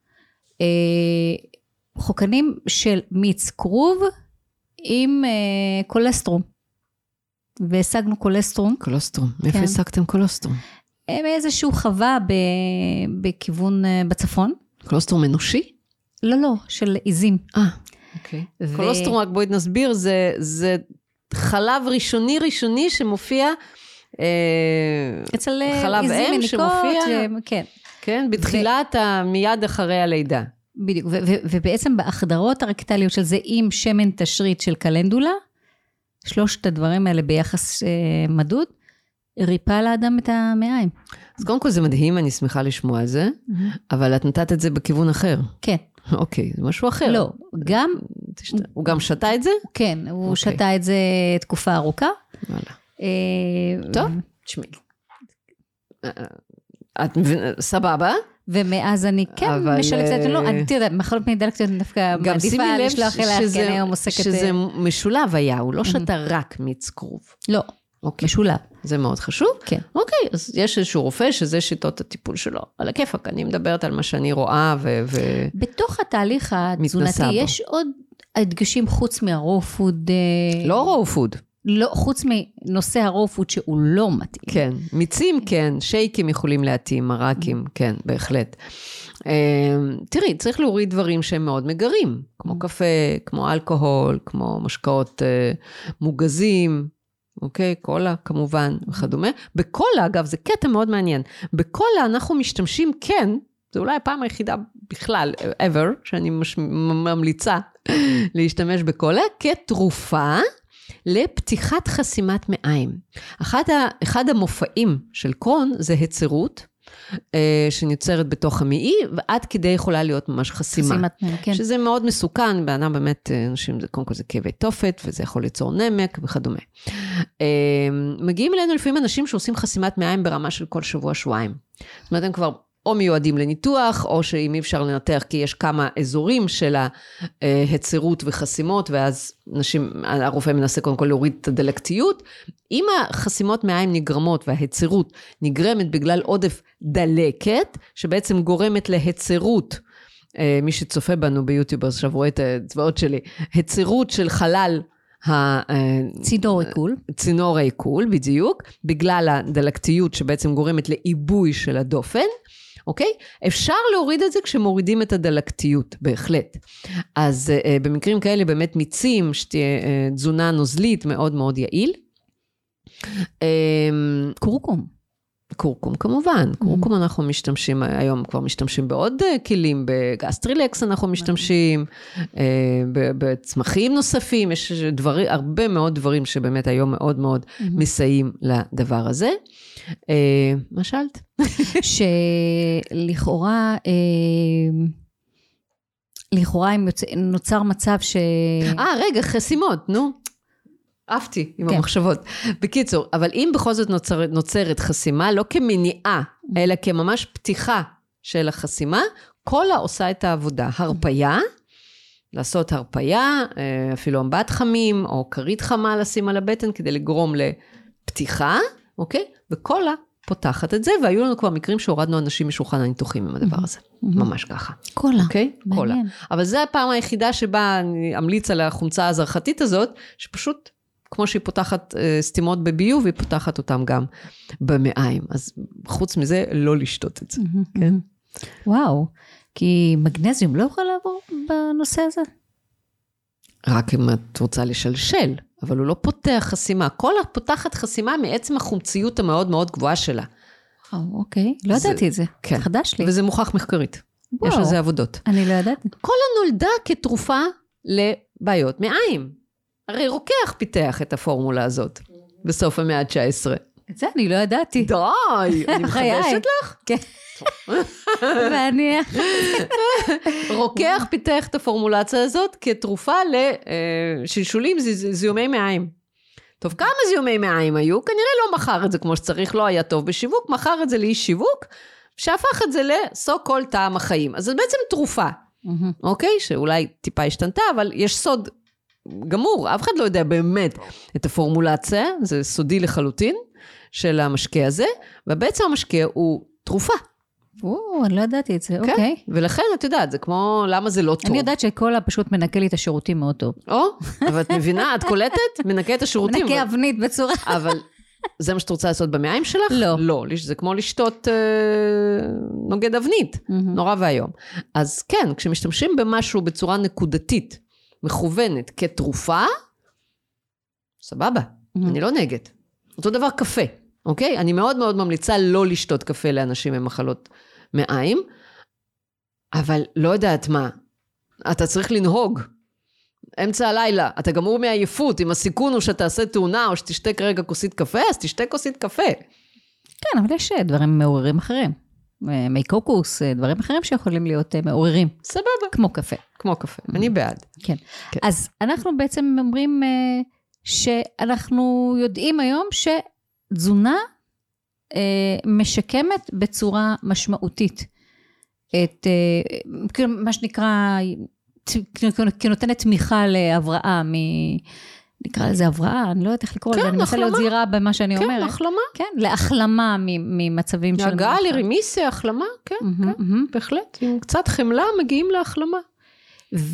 חוקנים של מיץ כרוב, עם uh, קולסטרום, והשגנו קולסטרום. קולסטרום, איפה כן. השגתם קולסטרום? מאיזשהו חווה ב, בכיוון uh, בצפון. קולסטרום אנושי? לא, לא, של עיזים. אה, אוקיי. ו... קולסטרום, רק בואי נסביר, זה, זה חלב ראשוני ראשוני שמופיע, אה, אצל חלב עיזים אם מניקות, שמופיע, ש... כן. כן, בתחילת ו... מיד אחרי הלידה. בדיוק, ו- ו- ובעצם בהחדרות הרקטליות של זה עם שמן תשריט של קלנדולה, שלושת הדברים האלה ביחס אה, מדוד, ריפה לאדם את המעיים. אז קודם כל זה מדהים, אני שמחה לשמוע על זה, mm-hmm. אבל את נתת את זה בכיוון אחר. כן. אוקיי, זה משהו אחר. לא, גם... תשת... הוא גם שתה את זה? כן, הוא אוקיי. שתה את זה תקופה ארוכה. וואלה. אה, טוב, תשמעי. את סבבה? ומאז אני כן משלקת, לא, אני תראה, מחלות מעי דלקתיות דווקא מעדיפה לשלוח אלייך, כי אני היום עוסקת... שזה משולב היה, הוא לא שתה רק מיץ כרוב. לא, משולב. זה מאוד חשוב? כן. אוקיי, אז יש איזשהו רופא שזה שיטות הטיפול שלו. על הכיפק, אני מדברת על מה שאני רואה ו... בתוך התהליך התזונתי, יש עוד הדגשים חוץ מהרו פוד... לא רו פוד. לא, חוץ מנושא הרופות שהוא לא מתאים. כן, מיצים כן, שייקים יכולים להתאים, מרקים, כן, בהחלט. תראי, צריך להוריד דברים שהם מאוד מגרים, כמו קפה, כמו אלכוהול, כמו משקאות מוגזים, אוקיי, קולה כמובן וכדומה. בקולה, אגב, זה קטע מאוד מעניין. בקולה אנחנו משתמשים כן, זה אולי הפעם היחידה בכלל, ever, שאני מש... ממליצה להשתמש בקולה, כתרופה, לפתיחת חסימת מעיים. אחד, ה, אחד המופעים של קרון זה היצרות, אה, שנוצרת בתוך המעי, ועד כדי יכולה להיות ממש חסימה. חסימת מעיים, כן. שזה מאוד מסוכן, באדם באמת, אנשים, זה, קודם כל זה כאבי תופת, וזה יכול ליצור נמק וכדומה. אה, מגיעים אלינו לפעמים אנשים שעושים חסימת מעיים ברמה של כל שבוע, שבועיים. זאת אומרת, הם כבר... או מיועדים לניתוח, או שאם אי אפשר לנתח, כי יש כמה אזורים של ההצרות וחסימות, ואז נשים, הרופא מנסה קודם כל להוריד את הדלקתיות. אם החסימות מעיים נגרמות, וההצרות נגרמת בגלל עודף דלקת, שבעצם גורמת להצרות, מי שצופה בנו ביוטיוב, אז עכשיו רואה את הצבעות שלי, הצרות של חלל, צינור עיכול. צינור העיכול, בדיוק, בגלל הדלקתיות שבעצם גורמת לאיבוי של הדופן, אוקיי? אפשר להוריד את זה כשמורידים את הדלקתיות, בהחלט. אז uh, במקרים כאלה באמת מיצים, שתהיה uh, תזונה נוזלית מאוד מאוד יעיל. קורקום. קורקום כמובן, קורקום אנחנו משתמשים, היום כבר משתמשים בעוד כלים, בגסטרילקס אנחנו משתמשים, בצמחים נוספים, יש דברים, הרבה מאוד דברים שבאמת היום מאוד מאוד מסייעים לדבר הזה. מה שאלת? שלכאורה, לכאורה נוצר מצב ש... אה, רגע, חסימות, נו. אהבתי עם המחשבות. בקיצור, אבל אם בכל זאת נוצרת, נוצרת חסימה, לא כמניעה, אלא כממש פתיחה של החסימה, קולה עושה את העבודה. הרפיה, לעשות הרפיה, אפילו אמבט חמים, או קרית חמה לשים על הבטן, כדי לגרום לפתיחה, אוקיי? וקולה פותחת את זה, והיו לנו כבר מקרים שהורדנו אנשים משולחן הניתוחים עם הדבר הזה. ממש ככה. קולה. אוקיי? קולה. אבל זו הפעם היחידה שבה אני אמליץ על החומצה הזרחתית הזאת, שפשוט כמו שהיא פותחת סתימות בביוב, היא פותחת אותם גם במעיים. אז חוץ מזה, לא לשתות את זה. כן? וואו, כי מגנזיום לא יכול לעבור בנושא הזה? רק אם את רוצה לשלשל, אבל הוא לא פותח חסימה. כל הפותחת חסימה מעצם החומציות המאוד מאוד גבוהה שלה. אוקיי, לא ידעתי את זה. כן. חדש לי. וזה מוכח מחקרית. יש על זה עבודות. אני לא ידעתי. כל הנולדה כתרופה לבעיות מעיים. הרי רוקח פיתח את הפורמולה הזאת, בסוף המאה ה-תשע עשרה. את זה אני לא ידעתי. די, אני מחדשת לך? כן. ואני... רוקח פיתח את הפורמולציה הזאת, כתרופה לשלשולים זיומי מעיים. טוב, כמה זיומי מעיים היו? כנראה לא מכר את זה כמו שצריך, לא היה טוב בשיווק, מכר את זה לאיש שיווק, שהפך את זה לסו כל טעם החיים. אז זה בעצם תרופה, אוקיי? שאולי טיפה השתנתה, אבל יש סוד גמור, אף אחד לא יודע באמת את הפורמולציה, זה סודי לחלוטין של המשקה הזה, ובעצם המשקה הוא תרופה. או, אני לא ידעתי את זה, אוקיי. ולכן את יודעת, זה כמו, למה זה לא טוב? אני יודעת שקולה פשוט מנקה לי את השירותים מאוד טוב. או, אבל את מבינה, את קולטת, מנקה את השירותים. מנקה אבנית בצורה. אבל זה מה שאת רוצה לעשות במעיים שלך? לא. לא, זה כמו לשתות נוגד אבנית, נורא והיום. אז כן, כשמשתמשים במשהו בצורה נקודתית, מכוונת כתרופה, סבבה, אני לא נגד. אותו דבר קפה, אוקיי? אני מאוד מאוד ממליצה לא לשתות קפה לאנשים עם מחלות מעיים, אבל לא יודעת מה, אתה צריך לנהוג, אמצע הלילה, אתה גמור מעייפות, אם הסיכון הוא שתעשה תאונה, או שתשתה כרגע כוסית קפה, אז תשתה כוסית קפה. כן, אבל יש דברים מעוררים אחרים. מי קוקוס, דברים אחרים שיכולים להיות מעוררים. סבבה. כמו קפה. כמו קפה, אני בעד. כן. אז אנחנו בעצם אומרים שאנחנו יודעים היום שתזונה משקמת בצורה משמעותית. את מה שנקרא, כנותנת תמיכה להבראה מ... נקרא לזה הבראה, אני לא יודעת איך לקרוא לזה, אני מנסה להיות זהירה במה שאני אומרת. כן, החלמה. כן, להחלמה ממצבים של... הגעה לרמיסיה, החלמה, כן, כן, בהחלט. עם קצת חמלה מגיעים להחלמה. ו...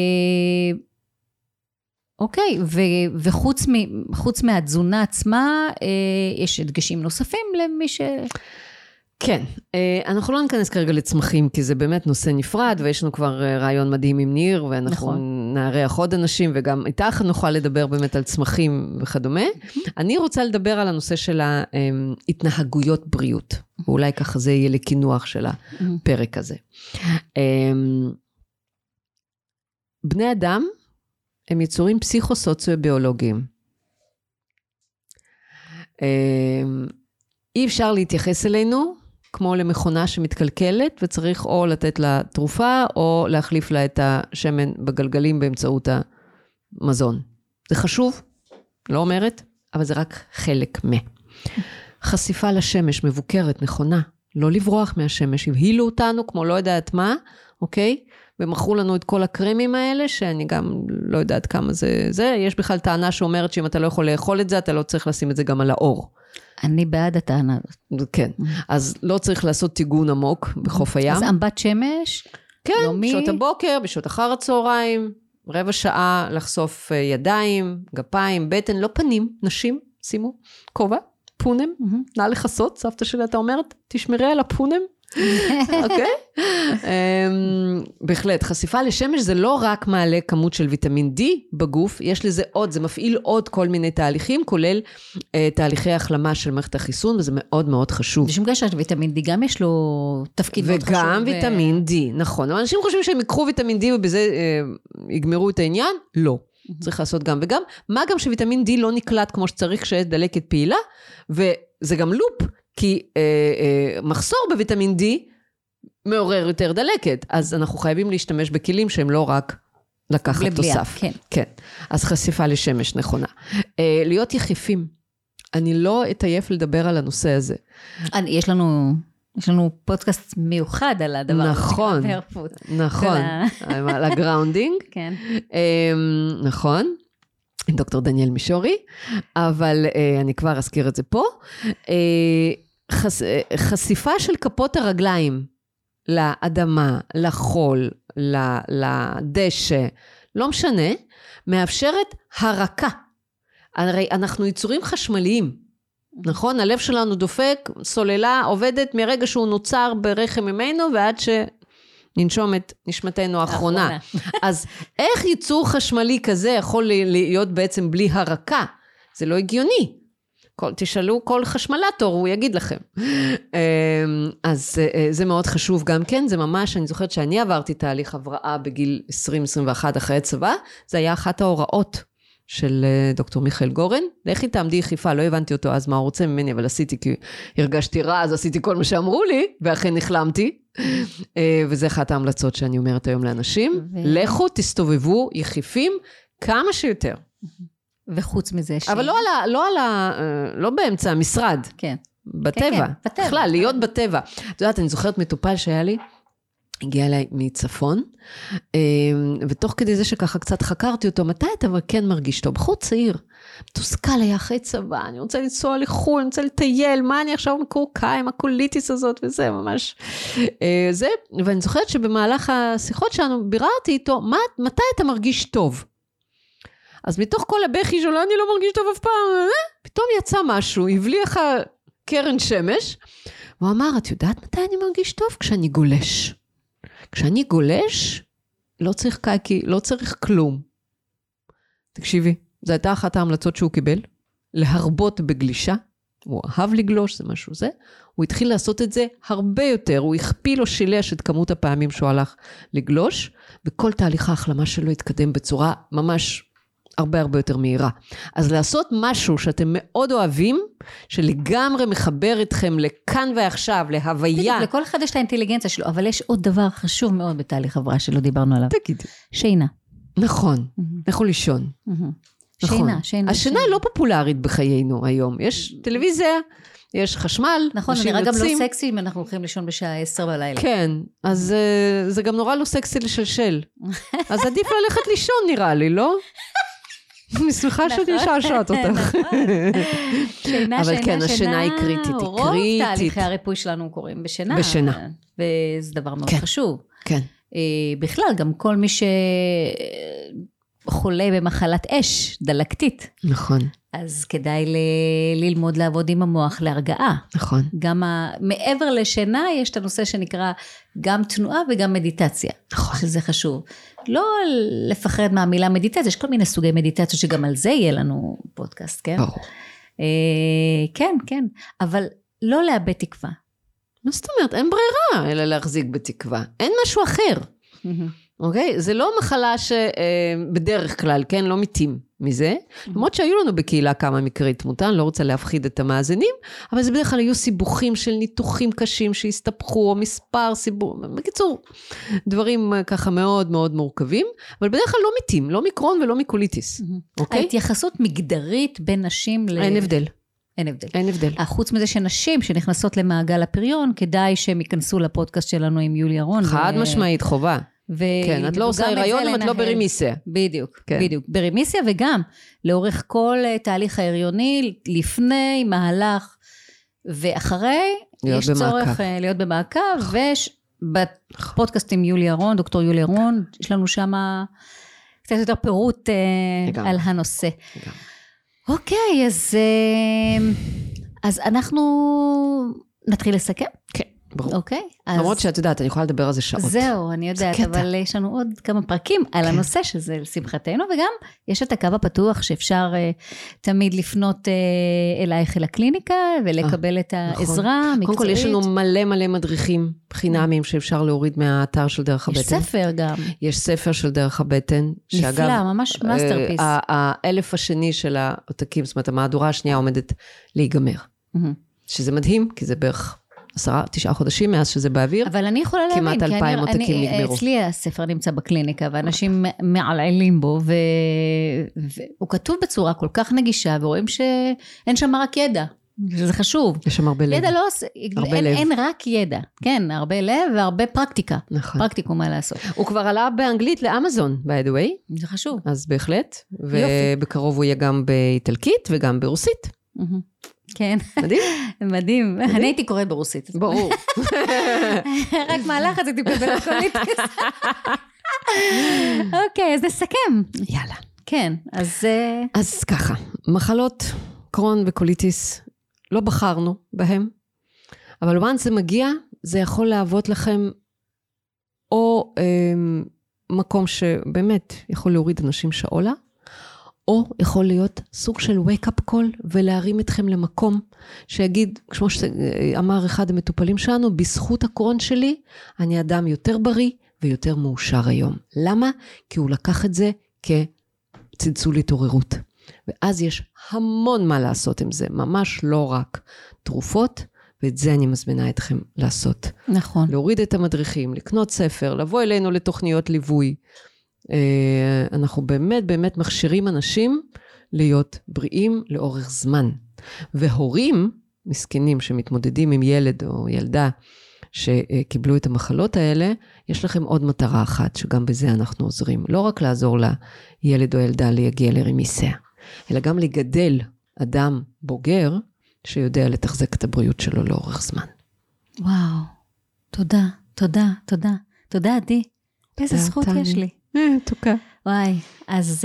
אוקיי, וחוץ מ... חוץ מהתזונה עצמה, יש דגשים נוספים למי ש... כן, אנחנו לא ניכנס כרגע לצמחים, כי זה באמת נושא נפרד, ויש לנו כבר רעיון מדהים עם ניר, ואנחנו נארח עוד אנשים, וגם איתך נוכל לדבר באמת על צמחים וכדומה. אני רוצה לדבר על הנושא של ההתנהגויות בריאות, ואולי ככה זה יהיה לכינוח של הפרק הזה. בני אדם הם יצורים פסיכו-סוציו-ביולוגיים. אי אפשר להתייחס אלינו, כמו למכונה שמתקלקלת, וצריך או לתת לה תרופה, או להחליף לה את השמן בגלגלים באמצעות המזון. זה חשוב, לא אומרת, אבל זה רק חלק מה. חשיפה לשמש מבוקרת, נכונה, לא לברוח מהשמש, הבהילו אותנו כמו לא יודעת מה, אוקיי? ומכרו לנו את כל הקרמים האלה, שאני גם לא יודעת כמה זה, זה. יש בכלל טענה שאומרת שאם אתה לא יכול לאכול את זה, אתה לא צריך לשים את זה גם על האור. אני בעד הטענה הזאת. כן, אז לא צריך לעשות טיגון עמוק בחוף הים. אז אמבט שמש, כן, יומי. בשעות הבוקר, בשעות אחר הצהריים, רבע שעה לחשוף ידיים, גפיים, בטן, לא פנים, נשים, שימו, כובע, פונם, נא לחסות, סבתא שלי אתה אומרת, תשמרי על הפונם, אוקיי? בהחלט, חשיפה לשמש זה לא רק מעלה כמות של ויטמין D בגוף, יש לזה עוד, זה מפעיל עוד כל מיני תהליכים, כולל תהליכי החלמה של מערכת החיסון, וזה מאוד מאוד חשוב. בשום קשר, ויטמין D גם יש לו תפקיד מאוד חשוב. וגם ויטמין D, נכון. אבל אנשים חושבים שהם יקחו ויטמין D ובזה יגמרו את העניין? לא. צריך לעשות גם וגם. מה גם שוויטמין D לא נקלט כמו שצריך כשיש דלקת פעילה, וזה גם לופ, כי אה, אה, מחסור בוויטמין D מעורר יותר דלקת, אז אנחנו חייבים להשתמש בכלים שהם לא רק לקחת לבליעה, תוסף. כן. כן, אז חשיפה לשמש נכונה. אה, להיות יחיפים, אני לא אתעייף לדבר על הנושא הזה. אני, יש לנו... יש לנו פודקאסט מיוחד על הדבר הזה. נכון, נכון, על הגראונדינג. כן. נכון, עם דוקטור דניאל מישורי, אבל אני כבר אזכיר את זה פה. חשיפה של כפות הרגליים לאדמה, לחול, לדשא, לא משנה, מאפשרת הרקה. הרי אנחנו יצורים חשמליים. נכון? הלב שלנו דופק, סוללה עובדת מרגע שהוא נוצר ברחם ממנו, ועד שננשום את נשמתנו האחרונה. אז איך ייצור חשמלי כזה יכול להיות בעצם בלי הרקה? זה לא הגיוני. כל, תשאלו כל חשמלטור, הוא יגיד לכם. אז זה מאוד חשוב גם כן, זה ממש, אני זוכרת שאני עברתי תהליך הבראה בגיל עשרים עשרים ואחת אחרי הצבא, זה היה אחת ההוראות. של דוקטור מיכאל גורן, לכי תעמדי יחיפה, לא הבנתי אותו אז מה הוא רוצה ממני, אבל עשיתי כי הרגשתי רע, אז עשיתי כל מה שאמרו לי, ואכן נחלמתי, וזה אחת ההמלצות שאני אומרת היום לאנשים, לכו תסתובבו יחיפים כמה שיותר. וחוץ מזה ש... אבל לא על ה... לא, על ה, לא באמצע המשרד, כן. בטבע, בכלל, להיות בטבע. את יודעת, אני זוכרת מטופל שהיה לי, הגיע אליי מצפון, ותוך כדי זה שככה קצת חקרתי אותו, מתי אתה כן מרגיש טוב? בחור צעיר, מתוסכל היה אחרי צבא, אני רוצה לנסוע לחו"ל, אני רוצה לטייל, מה אני עכשיו מקורקע עם הקוליטיס הזאת, וזה ממש, זה, ואני זוכרת שבמהלך השיחות שלנו, ביררתי איתו, מתי אתה מרגיש טוב? אז מתוך כל הבכי שלו, אני לא מרגיש טוב אף פעם, פתאום יצא משהו, הבליח קרן שמש, והוא אמר, את יודעת מתי אני מרגיש טוב? כשאני גולש. כשאני גולש, לא צריך קאקי, לא צריך כלום. תקשיבי, זו הייתה אחת ההמלצות שהוא קיבל, להרבות בגלישה, הוא אהב לגלוש, זה משהו זה, הוא התחיל לעשות את זה הרבה יותר, הוא הכפיל או שילש את כמות הפעמים שהוא הלך לגלוש, וכל תהליך ההחלמה שלו התקדם בצורה ממש הרבה הרבה יותר מהירה. אז לעשות משהו שאתם מאוד אוהבים, שלגמרי מחבר אתכם לכאן ועכשיו, להוויה. לכל אחד יש את האינטליגנציה שלו, אבל יש עוד דבר חשוב מאוד בתהליך הבראה שלא דיברנו עליו. תגידי. שינה. נכון, לכו לישון. שינה, שינה. השינה לא פופולרית בחיינו היום. יש טלוויזיה, יש חשמל, נכון, נראה גם לא סקסי אם אנחנו הולכים לישון בשעה עשר בלילה. כן, אז זה גם נורא לא סקסי לשלשל. אז עדיף ללכת לישון נראה לי, לא? אני שמחה שאני שעשעת אותך. שינה, אבל שינה, כן, השינה היא קריטית, היא רוב קריטית. תהליכי הריפוי שלנו קוראים בשינה. בשינה. וזה דבר מאוד חשוב. כן. בכלל, גם כל מי שחולה במחלת אש, דלקתית. נכון. אז כדאי ל- ללמוד לעבוד עם המוח להרגעה. נכון. גם ה- מעבר לשינה, יש את הנושא שנקרא גם תנועה וגם מדיטציה. נכון. שזה חשוב. לא לפחד מהמילה מדיטציה, יש כל מיני סוגי מדיטציות, שגם על זה יהיה לנו פודקאסט, כן? ברור. אה, כן, כן. אבל לא לאבד תקווה. מה זאת אומרת? אין ברירה, אלא להחזיק בתקווה. אין משהו אחר. אוקיי? זה לא מחלה שבדרך כלל, כן? לא מתים מזה. למרות שהיו לנו בקהילה כמה מקרי תמותה, אני לא רוצה להפחיד את המאזינים, אבל זה בדרך כלל היו סיבוכים של ניתוחים קשים שהסתפחו, או מספר סיבוכים, בקיצור, דברים ככה מאוד מאוד מורכבים, אבל בדרך כלל לא מתים, לא מקרון ולא מקוליטיס. אוקיי? ההתייחסות מגדרית בין נשים ל... אין הבדל. אין הבדל. אין הבדל. חוץ מזה שנשים שנכנסות למעגל הפריון, כדאי שהם ייכנסו לפודקאסט שלנו עם יולי ירון. חד ו... משמעית, חובה. ו... כן, את לא עושה הריון אם את לא ברימיסיה. בדיוק, כן. בדיוק. ברימיסיה וגם לאורך כל תהליך ההריוני, לפני, מהלך ואחרי, יש במעקב. צורך להיות במעקב, ובפודקאסט עם יולי ירון, דוקטור יולי ירון, יש לנו שם קצת יותר פירוט לגמרי. על הנושא. לגמרי. אוקיי, אז, אז אנחנו נתחיל לסכם? כן, ברור. אוקיי. למרות שאת יודעת, אני יכולה לדבר על זה שעות. זהו, אני יודעת, אבל יש לנו עוד כמה פרקים על הנושא שזה לשמחתנו, וגם יש את הקו הפתוח שאפשר תמיד לפנות אלייך אל הקליניקה, ולקבל את העזרה המקצועית. קודם כל, יש לנו מלא מלא מדריכים חינמים שאפשר להוריד מהאתר של דרך הבטן. יש ספר גם. יש ספר של דרך הבטן. נפלא, ממש מאסטרפיס. האלף השני של העותקים, זאת אומרת, המהדורה השנייה עומדת להיגמר. שזה מדהים, כי זה בערך עשרה, תשעה חודשים מאז שזה באוויר. אבל אני יכולה להבין. כמעט אלפיים עותקים נגמרו. אצלי הספר נמצא בקליניקה, ואנשים מעלעלים בו, והוא כתוב בצורה כל כך נגישה, ורואים שאין שם רק ידע. זה חשוב. יש שם הרבה לב. ידע לא עושה, אין רק ידע. כן, הרבה לב והרבה פרקטיקה. נכון. פרקטיקו מה לעשות. הוא כבר עלה באנגלית לאמזון, by the way. זה חשוב. אז בהחלט. ובקרוב הוא יהיה גם באיטלקית וגם ברוסית. כן. מדהים. מדהים. אני הייתי קוראת ברוסית. ברור. רק מהלך הזה תקבל קוליטיס. אוקיי, אז נסכם. יאללה. כן, אז... אז ככה, מחלות קרון וקוליטיס, לא בחרנו בהם, אבל once זה מגיע, זה יכול להוות לכם או אה, מקום שבאמת יכול להוריד אנשים שעולה, או יכול להיות סוג של wake-up call, ולהרים אתכם למקום שיגיד, כמו שאמר אחד המטופלים שלנו, בזכות הקרון שלי, אני אדם יותר בריא ויותר מאושר היום. למה? כי הוא לקח את זה כצלצול התעוררות. ואז יש המון מה לעשות עם זה, ממש לא רק תרופות, ואת זה אני מזמינה אתכם לעשות. נכון. להוריד את המדריכים, לקנות ספר, לבוא אלינו לתוכניות ליווי. אנחנו באמת באמת מכשירים אנשים להיות בריאים לאורך זמן. והורים, מסכנים שמתמודדים עם ילד או ילדה, שקיבלו את המחלות האלה, יש לכם עוד מטרה אחת, שגם בזה אנחנו עוזרים. לא רק לעזור לילד או ילדה להגיע לרמיסיה, אלא גם לגדל אדם בוגר, שיודע לתחזק את הבריאות שלו לאורך זמן. וואו, תודה, תודה, תודה. תודה, עדי. איזה זכות יש לי. תוקה. וואי, אז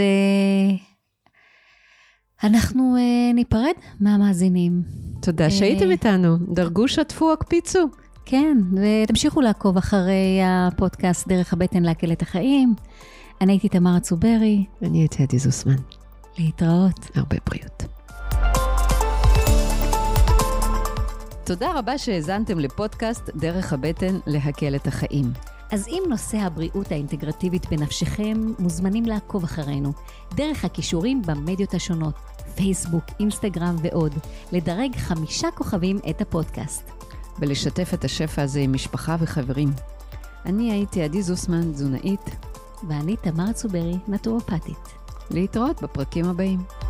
אנחנו ניפרד מהמאזינים. תודה שהייתם איתנו. דרגו, שתפו, הקפיצו. כן, ותמשיכו לעקוב אחרי הפודקאסט דרך הבטן להקל את החיים. אני הייתי תמר צוברי. אני הייתי עדי זוסמן. להתראות. הרבה בריאות. תודה רבה שהאזנתם לפודקאסט דרך הבטן להקל את החיים. אז אם נושא הבריאות האינטגרטיבית בנפשכם, מוזמנים לעקוב אחרינו, דרך הכישורים במדיות השונות, פייסבוק, אינסטגרם ועוד, לדרג חמישה כוכבים את הפודקאסט. ולשתף את השפע הזה עם משפחה וחברים. אני הייתי עדי זוסמן, תזונאית. ואני תמר צוברי, נטורופטית. להתראות בפרקים הבאים.